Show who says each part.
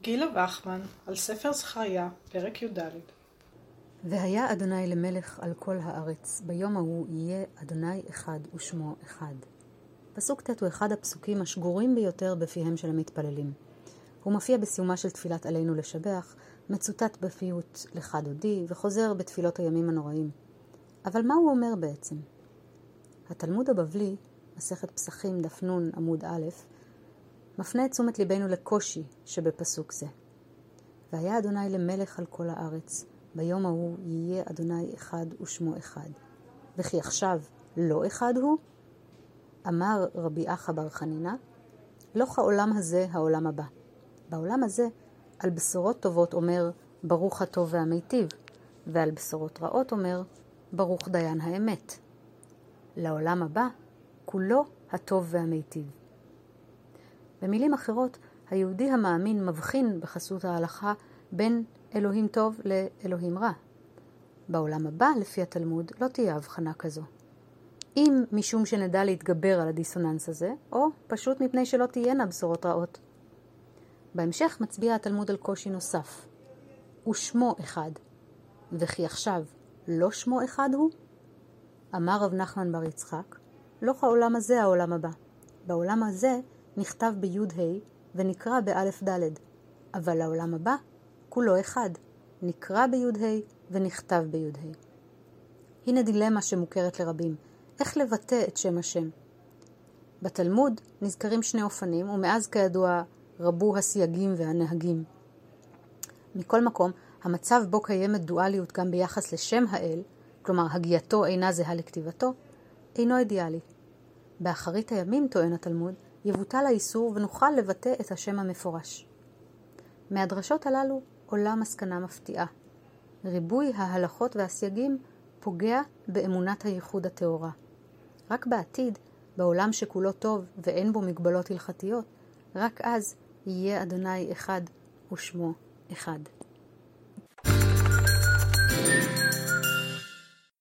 Speaker 1: גילה וחמן על ספר זכריה, פרק י"ד.
Speaker 2: והיה אדוני למלך על כל הארץ, ביום ההוא יהיה אדוני אחד ושמו אחד. פסוק ט' הוא אחד הפסוקים השגורים ביותר בפיהם של המתפללים. הוא מופיע בסיומה של תפילת עלינו לשבח, מצוטט בפיוט לך דודי וחוזר בתפילות הימים הנוראים. אבל מה הוא אומר בעצם? התלמוד הבבלי, מסכת פסחים דף נ' עמוד א', מפנה את תשומת ליבנו לקושי שבפסוק זה. והיה אדוני למלך על כל הארץ, ביום ההוא יהיה אדוני אחד ושמו אחד. וכי עכשיו לא אחד הוא? אמר רבי אחא בר חנינא, לא כעולם הזה העולם הבא. בעולם הזה על בשורות טובות אומר ברוך הטוב והמיטיב, ועל בשורות רעות אומר ברוך דיין האמת. לעולם הבא כולו הטוב והמיטיב. במילים אחרות, היהודי המאמין מבחין בחסות ההלכה בין אלוהים טוב לאלוהים רע. בעולם הבא, לפי התלמוד, לא תהיה הבחנה כזו. אם משום שנדע להתגבר על הדיסוננס הזה, או פשוט מפני שלא תהיינה בשורות רעות. בהמשך מצביע התלמוד על קושי נוסף. ושמו אחד. וכי עכשיו לא שמו אחד הוא? אמר רב נחמן בר יצחק, לא כעולם הזה העולם הבא. בעולם הזה נכתב בי"ה ונקרא באלף ד', אבל לעולם הבא כולו אחד, נקרא בי"ה ונכתב בי"ה. הנה דילמה שמוכרת לרבים, איך לבטא את שם השם. בתלמוד נזכרים שני אופנים, ומאז כידוע רבו הסייגים והנהגים. מכל מקום, המצב בו קיימת דואליות גם ביחס לשם האל, כלומר הגייתו אינה זהה לכתיבתו, אינו אידיאלי. באחרית הימים, טוען התלמוד, יבוטל האיסור ונוכל לבטא את השם המפורש. מהדרשות הללו עולה מסקנה מפתיעה. ריבוי ההלכות והסייגים פוגע באמונת הייחוד הטהורה. רק בעתיד, בעולם שכולו טוב ואין בו מגבלות הלכתיות, רק אז יהיה אדוני אחד ושמו אחד.